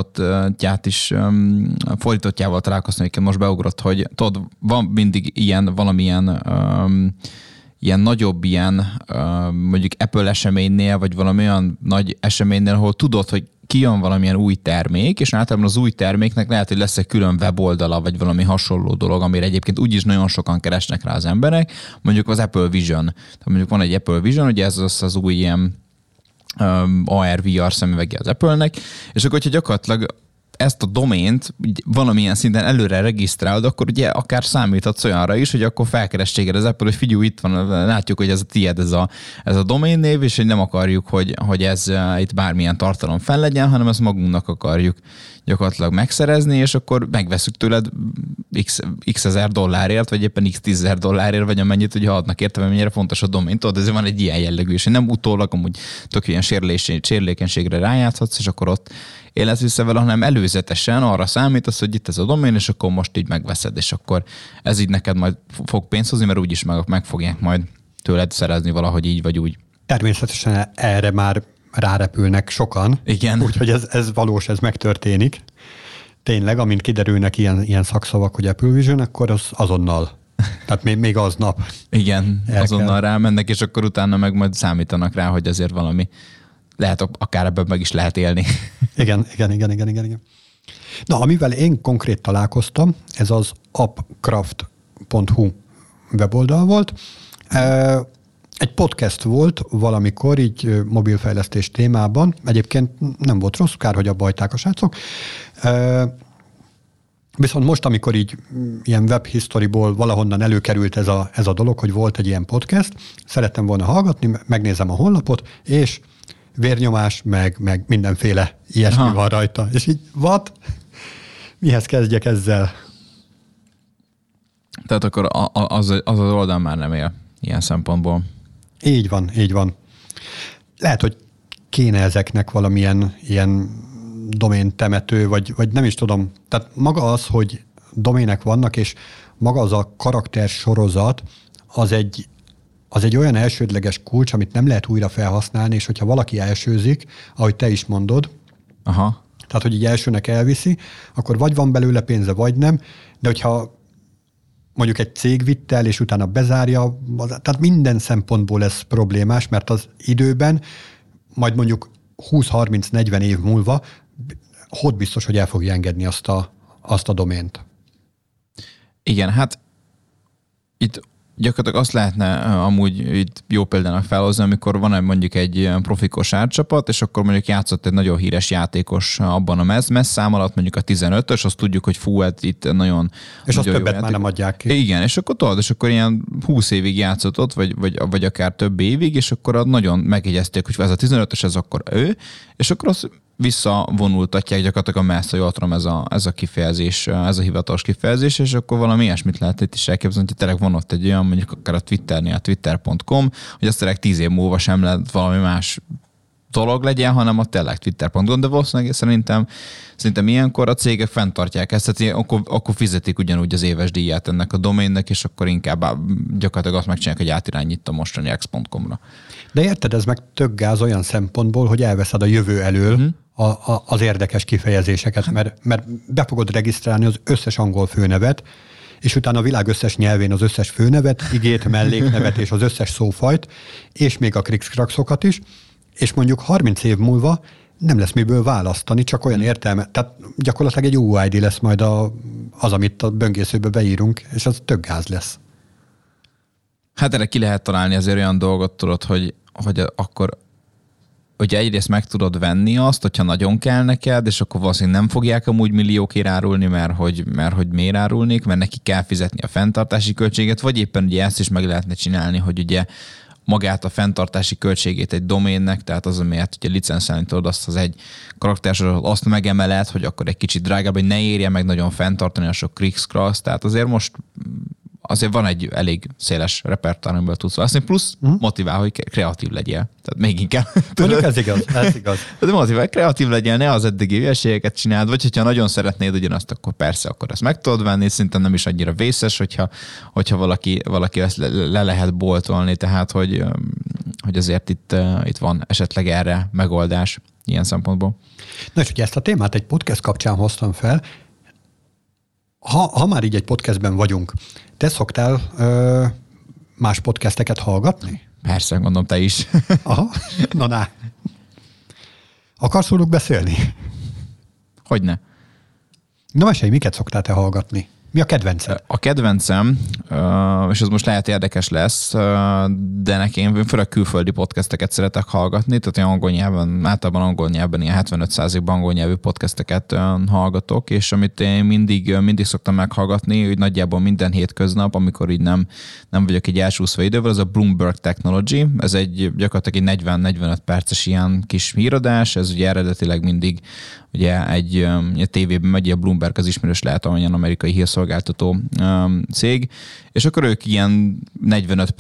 fordítottjával találkoztam, hogy most beugrott, hogy tudod, van mindig valamilyen ilyen nagyobb mondjuk Apple eseménynél, vagy valami olyan nagy eseménynél, ahol tudod, hogy kijön valamilyen új termék, és általában az új terméknek lehet, hogy lesz egy külön weboldala, vagy valami hasonló dolog, amire egyébként úgyis nagyon sokan keresnek rá az emberek, mondjuk az Apple Vision. Tehát mondjuk van egy Apple Vision, ugye ez az új ilyen AR-VR szemüvege az Apple-nek, és akkor, hogyha gyakorlatilag ezt a domént valamilyen szinten előre regisztrálod, akkor ugye akár számíthatsz olyanra is, hogy akkor felkeres téged az Apple, hogy figyelj, itt van, látjuk, hogy ez a tiéd, ez a domén név, és hogy nem akarjuk, hogy ez itt bármilyen tartalom fenn legyen, hanem ezt magunknak akarjuk gyakorlatilag megszerezni, és akkor megveszünk tőled x ezer dollárért, vagy éppen x 10 000 dollárért, vagy amennyit ugye adnak érte, mert mennyire fontos a domén. Tudod, ezért van egy ilyen jellegű, és nem utólag amúgy tök ilyen sérülékenységre rájátszhatsz, és akkor ott élesz vissza vele, hanem előzetesen arra számítasz, hogy itt ez a domén, és akkor most így megveszed, és akkor ez így neked majd fog pénzt hozni, mert úgyis meg fogják majd tőled szerezni valahogy így vagy úgy. Természetesen erre már rárepülnek sokan. Igen. Úgyhogy ez valós, ez megtörténik. Tényleg, amint kiderülnek ilyen szakszavak, hogy Apple Vision, akkor az azonnal. Tehát még aznap. Igen, azonnal rámennek, és akkor utána meg majd számítanak rá, hogy azért valami lehet, akár ebben meg is lehet élni. Igen. Na, amivel én konkrét találkoztam, ez az appcraft.hu weboldal volt. Egy podcast volt valamikor, így mobilfejlesztés témában. Egyébként nem volt rossz, kár, hogy abba hagyták a srácok. Viszont most, amikor így ilyen webhistoryból valahonnan előkerült ez a dolog, hogy volt egy ilyen podcast, szerettem volna hallgatni, megnézem a honlapot, és vérnyomás, meg mindenféle ilyesmi van rajta. És így, what? Mihez kezdjek ezzel? Tehát akkor az oldal már nem él ilyen szempontból. Így van. Lehet, hogy kéne ezeknek valamilyen ilyen domén temető, vagy nem is tudom. Tehát maga az, hogy domének vannak, és maga az a karakter sorozat, az egy olyan elsődleges kulcs, amit nem lehet újra felhasználni, és hogyha valaki elsőzik, ahogy te is mondod, tehát, hogy így elsőnek elviszi, akkor vagy van belőle pénze, vagy nem, de hogyha mondjuk egy cég vitt el, és utána bezárja, tehát minden szempontból ez problémás, mert az időben, majd mondjuk 20-30-40 év múlva, hogy biztos, hogy el fogja engedni azt a domént. Igen, hát itt gyakorlatilag azt lehetne amúgy itt jó példának felhozni, amikor van mondjuk egy profikos árcsapat, és akkor mondjuk játszott egy nagyon híres játékos abban a messz szám alatt, mondjuk a 15-ös, azt tudjuk, hogy fú, hát itt nagyon... És azt többet már nem adják ki. Igen, és akkor tudod, és akkor ilyen 20 évig játszott ott, vagy akár több évig, és akkor nagyon megjegyezték, hogy ez a 15-ös, ez akkor ő, és akkor azt visszavonultatják gyakorlatilag a meszt, ha jól tudom, ez a kifejezés, ez a hivatalos kifejezés, és akkor valami ilyesmit lehet itt is elképzelni, hogy tényleg van ott egy olyan, mondjuk akár a Twitternél, a twitter.com, hogy azt tényleg 10 év múlva sem lehet valami más dolog legyen, hanem a tényleg twitter.com, de valószínűleg szerintem ilyenkor a cégek fenntartják ezt, tehát akkor fizetik ugyanúgy az éves díját ennek a doménnek, és akkor inkább gyakorlatilag azt megcsinálják, hogy átirányít a mostani x.com-ra. De érted, ez meg tök gáz olyan szempontból, hogy elveszed a jövő elől az érdekes kifejezéseket, mert be fogod regisztrálni az összes angol főnevet, és utána a világ összes nyelvén az összes főnevet, igét, melléknevet és az összes szófajt, és még a krikszkrakszokat is, és mondjuk 30 év múlva nem lesz miből választani, csak olyan értelme. Tehát gyakorlatilag egy UID lesz majd az, amit a böngészőbe beírunk, és az tök gáz lesz. Hát erre ki lehet találni azért olyan dolgot, tudod, hogy akkor ugye egyrészt meg tudod venni azt, hogyha nagyon kell neked, és akkor valószínűleg nem fogják amúgy milliókért árulni, mert hogy miért árulnék, mert neki kell fizetni a fenntartási költséget, vagy éppen ugye ezt is meg lehetne csinálni, hogy ugye magát a fenntartási költségét egy doménnek, tehát az, amiért ugye licenszelni tudod azt az egy karaktersorozatot, azt megemeled, hogy akkor egy kicsit drágább, hogy ne érje meg nagyon fenntartani a sok krikszkrasz, tehát azért most azért van egy elég széles repertoár, amiből tudsz választani, plusz motivál, hogy kreatív legyél. Tehát még inkább. Mondjuk ez igaz. De motivál, kreatív legyél, ne az eddigi hülyeségeket csináld, vagy hogyha nagyon szeretnéd ugyanazt, akkor persze, akkor ezt meg tudod venni, szinte nem is annyira vészes, hogyha valaki ezt le lehet boltolni, tehát hogy azért itt van esetleg erre megoldás ilyen szempontból. Na és ugye ezt a témát egy podcast kapcsán hoztam fel, ha már így egy podcastben vagyunk, te szoktál más podcasteket hallgatni? Persze, gondolom te is. Aha, na. Akarsz róluk beszélni? Hogyne. Na mesélj, miket szoktál te hallgatni? Mi a kedvenced? A kedvencem, és ez most lehet érdekes lesz, de nekem főleg külföldi podcasteket szeretek hallgatni, tehát angol nyelven, általában angol nyelven, ilyen 75%-ban angol nyelvű podcasteket hallgatok, és amit én mindig szoktam meghallgatni, hogy nagyjából minden hétköznap, amikor így nem vagyok egy elsúszva idővel, az a Bloomberg Technology, ez gyakorlatilag egy 40-45 perces ilyen kis híradás, ez ugye eredetileg mindig ugye egy tévében megy, a Bloomberg az ismerős lehet, amilyen amerikai hírszolgáltató cég, és akkor ők ilyen 45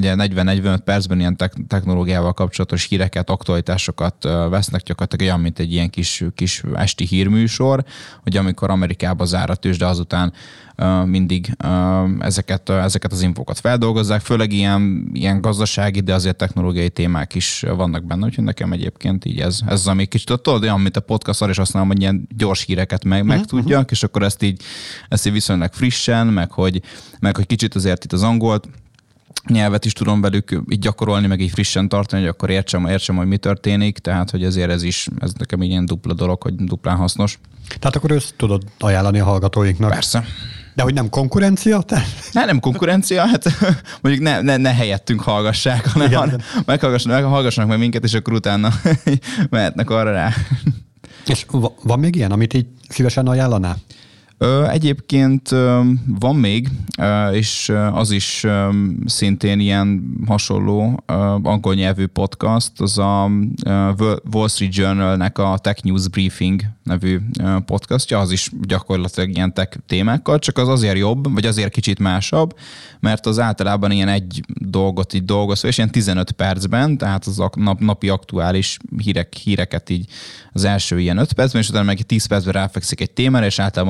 percben ilyen technológiával kapcsolatos híreket, aktualitásokat vesznek, gyakorlatilag olyan, mint egy ilyen kis esti hírműsor, hogy amikor Amerikába zár a tőzsde, azután mindig ezeket az infokat feldolgozzák, főleg ilyen gazdasági, de azért technológiai témák is vannak benne, úgyhogy nekem egyébként így ez az, ami kicsit tudod, olyan, mint a podcast, arra is használom, hogy ilyen gyors híreket meg tudjak, és akkor ezt így viszonylag frissen, meg hogy kicsit azért itt az angolt nyelvet is tudom velük így gyakorolni, meg így frissen tartani, hogy akkor értsem, hogy mi történik, tehát hogy ezért ez nekem így ilyen dupla dolog, hogy duplán hasznos. Tehát akkor ezt tudod ajánlani a hallgatóinknak? Persze. De hogy nem konkurencia? Nem konkurencia, hát mondjuk ne helyettünk hallgassák, hanem hallgassanak meg minket, és akkor utána mehetnek arra rá. És van még ilyen, amit így szívesen ajánlanál? Egyébként van még, és az is szintén ilyen hasonló angol nyelvű podcast, az a Wall Street Journal-nek a Tech News Briefing nevű podcastja, az is gyakorlatilag ilyen tech témákkal, csak az azért jobb, vagy azért kicsit másabb, mert az általában ilyen egy dolgot így dolgozva, és ilyen 15 percben, tehát az napi aktuális híreket így az első ilyen 5 percben, és utána meg 10 percben ráfekszik egy témára, és általában meg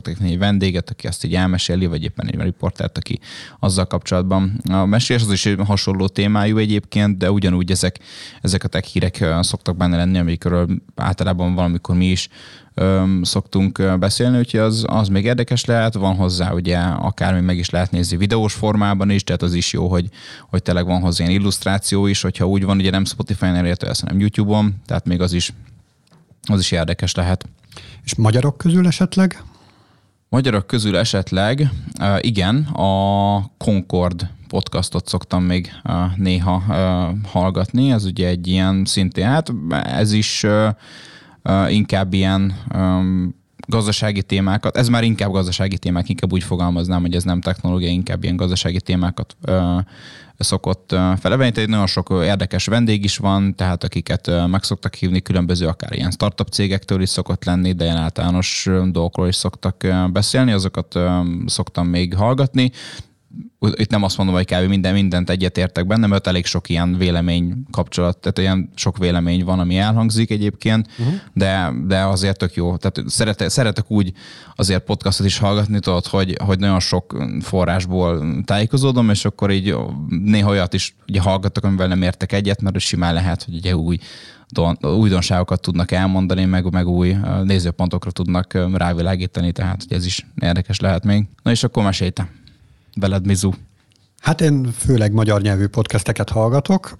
szoktak egy vendéget, aki azt így elmeséli, vagy éppen egy riportert, aki azzal kapcsolatban mesél, és az is hasonló témájú egyébként, de ugyanúgy ezek a tech hírek szoktak benne lenni, amikről általában valamikor mi is szoktunk beszélni, úgyhogy az még érdekes lehet, van hozzá ugye akármi meg is lehet nézni videós formában is, tehát az is jó, hogy tényleg van hozzá ilyen illusztráció is, hogyha úgy van, ugye nem Spotify-n elérhető, ezt hanem YouTube-on, tehát még az is érdekes lehet. És magyarok közül esetleg? Magyarok közül esetleg, igen, a Concord podcastot szoktam még néha hallgatni, ez ugye egy ilyen szintén, hát ez is inkább ilyen gazdasági témákat, ez már inkább gazdasági témák, inkább úgy fogalmaznám, hogy ez nem technológia, inkább ilyen gazdasági témákat szokott felevenni. Tehát nagyon sok érdekes vendég is van, tehát akiket meg szoktak hívni, különböző akár ilyen startup cégektől is szokott lenni, de ilyen általános dolgokról is szoktak beszélni, azokat szoktam még hallgatni. Itt nem azt mondom, hogy kb. Mindent egyetértek benne, mert elég sok ilyen vélemény kapcsolat, tehát olyan sok vélemény van, ami elhangzik egyébként, de azért tök jó. Tehát szeretek úgy azért podcastot is hallgatni, tudod, hogy nagyon sok forrásból tájékozódom, és akkor így néha olyat is ugye hallgatok, amivel nem értek egyet, mert simán lehet, hogy ugye újdonságokat tudnak elmondani, meg új nézőpontokra tudnak rávilágítani, tehát hogy ez is érdekes lehet még. Na és akkor mesélj te. Veled, Mizu. Hát én főleg magyar nyelvű podcasteket hallgatok.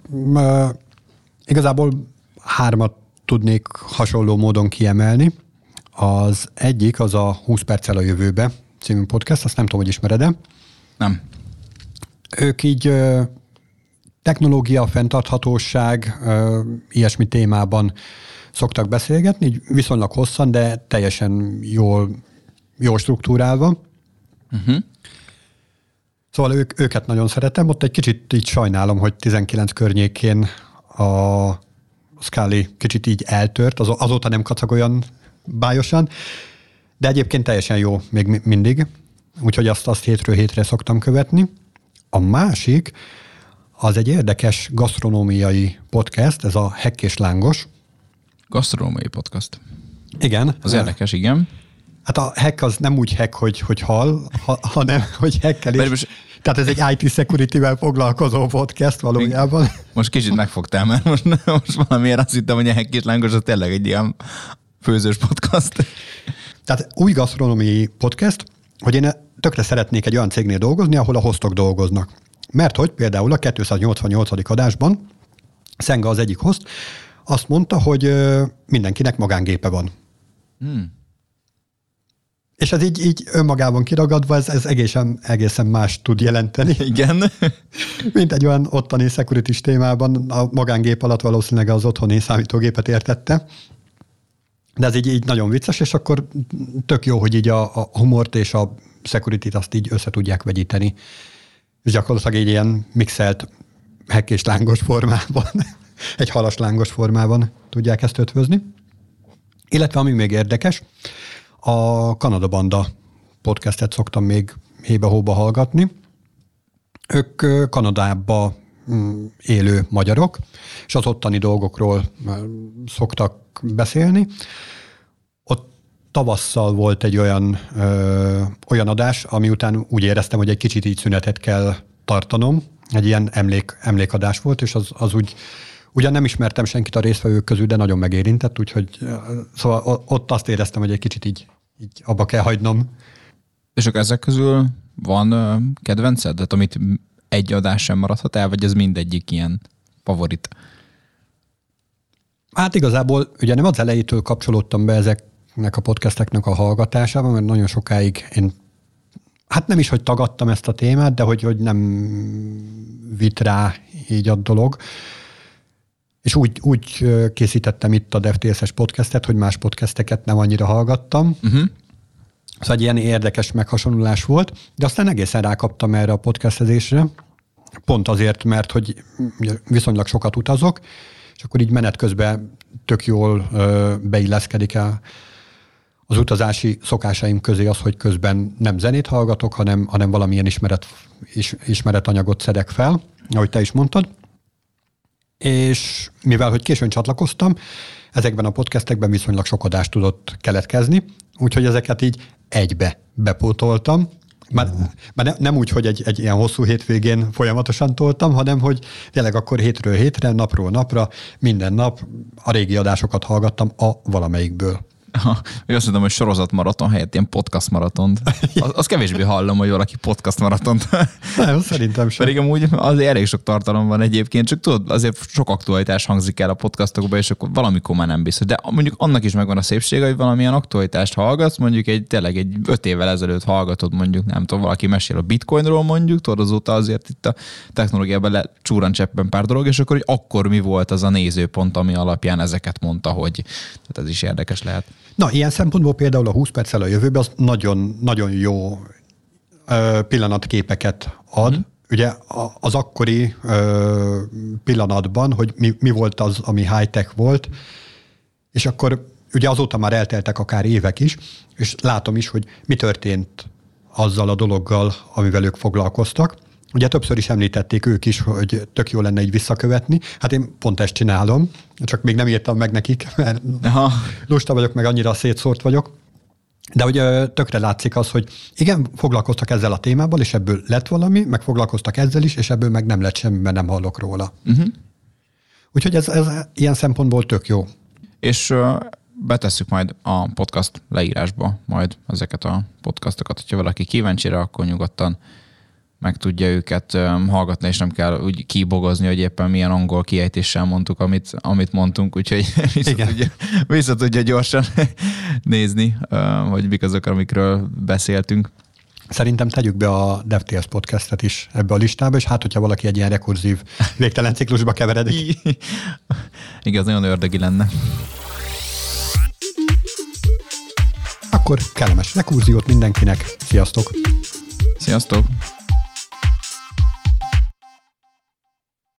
Igazából 3 tudnék hasonló módon kiemelni. Az egyik az a 20 perccel a jövőbe című podcast, azt nem tudom, hogy ismered-e. Nem. Ők így technológia, fenntarthatóság, ilyesmi témában szoktak beszélgetni, így viszonylag hosszan, de teljesen jól struktúrálva. Szóval őket nagyon szeretem, ott egy kicsit így sajnálom, hogy 19 környékén a Scully kicsit így eltört, azóta nem kacag olyan bájosan, de egyébként teljesen jó még mindig, úgyhogy azt hétről hétre szoktam követni. A másik, az egy érdekes gasztronómiai podcast, ez a Hekk és Lángos. Gasztronómiai podcast. Igen. Az érdekes, igen. Hát a hack az nem úgy hack, hogy hal, hanem hogy hackelés. Tehát ez egy IT security-vel foglalkozó podcast valójában. Most kicsit megfogtál, mert most valamiért azt hittem, hogy a Hekk és Lángos az tényleg egy ilyen főzős podcast. Tehát új gasztronómiai podcast, hogy én tökre szeretnék egy olyan cégnél dolgozni, ahol a hostok dolgoznak. Mert hogy például a 288. adásban Szenga az egyik host azt mondta, hogy mindenkinek magángépe van. És ez így önmagában kiragadva, ez egészen más tud jelenteni. Igen. Mint egy olyan ottani security témában, a magángép alatt valószínűleg az otthoni számítógépet értette. De ez így nagyon vicces, és akkor tök jó, hogy így a humort és a security-t azt így össze tudják vegyíteni. És gyakorlatilag egy ilyen mixelt hekk és lángos formában, egy halas lángos formában tudják ezt ötvözni. Illetve ami még érdekes, a Kanada Banda podcastet szoktam még hébe-hóba hallgatni. Ők Kanadában élő magyarok, és az ottani dolgokról szoktak beszélni. Ott tavasszal volt egy olyan adás, ami után úgy éreztem, hogy egy kicsit így szünetet kell tartanom. Egy ilyen emlékadás volt, és az úgy, ugyan nem ismertem senkit a résztvevők közül, de nagyon megérintett, úgyhogy szóval ott azt éreztem, hogy egy kicsit így abba kell hagynom. És akkor ezek közül van kedvenced? Tehát amit egy adás sem maradhat el, vagy ez mindegyik ilyen favorit? Hát igazából ugye nem az elejétől kapcsolódtam be ezeknek a podcasteknek a hallgatásában, mert nagyon sokáig én hát nem is, hogy tagadtam ezt a témát, de hogy nem vitt rá így a dolog. És úgy készítettem itt a DevTSS podcastet, hogy más podcasteket nem annyira hallgattam. Szóval egy ilyen érdekes meghasonlulás volt, de aztán egészen rákaptam erre a podcastezésre, pont azért, mert hogy viszonylag sokat utazok, és akkor így menet közben tök jól beilleszkedik el az utazási szokásaim közé az, hogy közben nem zenét hallgatok, hanem valamilyen ismeretanyagot szedek fel, ahogy te is mondtad. És mivel, hogy későn csatlakoztam, ezekben a podcastekben viszonylag sok adást tudott keletkezni, úgyhogy ezeket így egybe bepótoltam. Már nem úgy, hogy egy ilyen hosszú hétvégén folyamatosan toltam, hanem hogy tényleg akkor hétről hétre, napról napra, minden nap a régi adásokat hallgattam a valamelyikből. Azt mondom, hogy sorozatmaraton helyett ilyen podcast maratont. Az kevésbé hallom, hogy valaki podcast maratont. Nem, szerintem sem. Pedig amúgy azért elég sok tartalom van egyébként, csak tudod, azért sok aktualitás hangzik el a podcastokban, és akkor valamikor már nem biztos. De mondjuk annak is megvan a szépsége, hogy valamilyen aktualitást hallgatsz, mondjuk tényleg egy 5 évvel ezelőtt hallgatod, mondjuk nem tudom, valaki mesél a bitcoinról mondjuk, tudod, azóta azért itt a technológiában lecsúran cseppen pár dolog, és akkor, hogy akkor mi volt az a nézőpont, ami alapján ezeket mondta, hogy tehát ez is érdekes lehet. Na, ilyen szempontból például a 20 perccel a jövőbe az nagyon, nagyon jó pillanatképeket ad. Ugye az akkori pillanatban, hogy mi volt az, ami high-tech volt, és akkor ugye azóta már elteltek akár évek is, és látom is, hogy mi történt azzal a dologgal, amivel ők foglalkoztak. Ugye többször is említették ők is, hogy tök jó lenne így visszakövetni. Hát én pont ezt csinálom, csak még nem írtam meg nekik, mert lusta vagyok, meg annyira szétszórt vagyok. De ugye tökre látszik az, hogy igen, foglalkoztak ezzel a témával, és ebből lett valami, meg foglalkoztak ezzel is, és ebből meg nem lett semmi, mert nem hallok róla. Úgyhogy ez ilyen szempontból tök jó. És betesszük majd a podcast leírásba majd ezeket a podcastokat, hogyha valaki kíváncsi rá, akkor nyugodtan meg tudja őket hallgatni, és nem kell úgy kibogozni, hogy éppen milyen angol kiejtéssel mondtuk, amit mondtunk, úgyhogy vissza tudja gyorsan nézni, hogy mik azok, amikről beszéltünk. Szerintem tegyük be a DevTales podcastet is ebbe a listába, és hát, hogyha valaki egy ilyen rekurzív végtelen ciklusba keveredik. Igaz, nagyon ördögi lenne. Akkor kellemes rekurziót mindenkinek. Sziasztok! Sziasztok!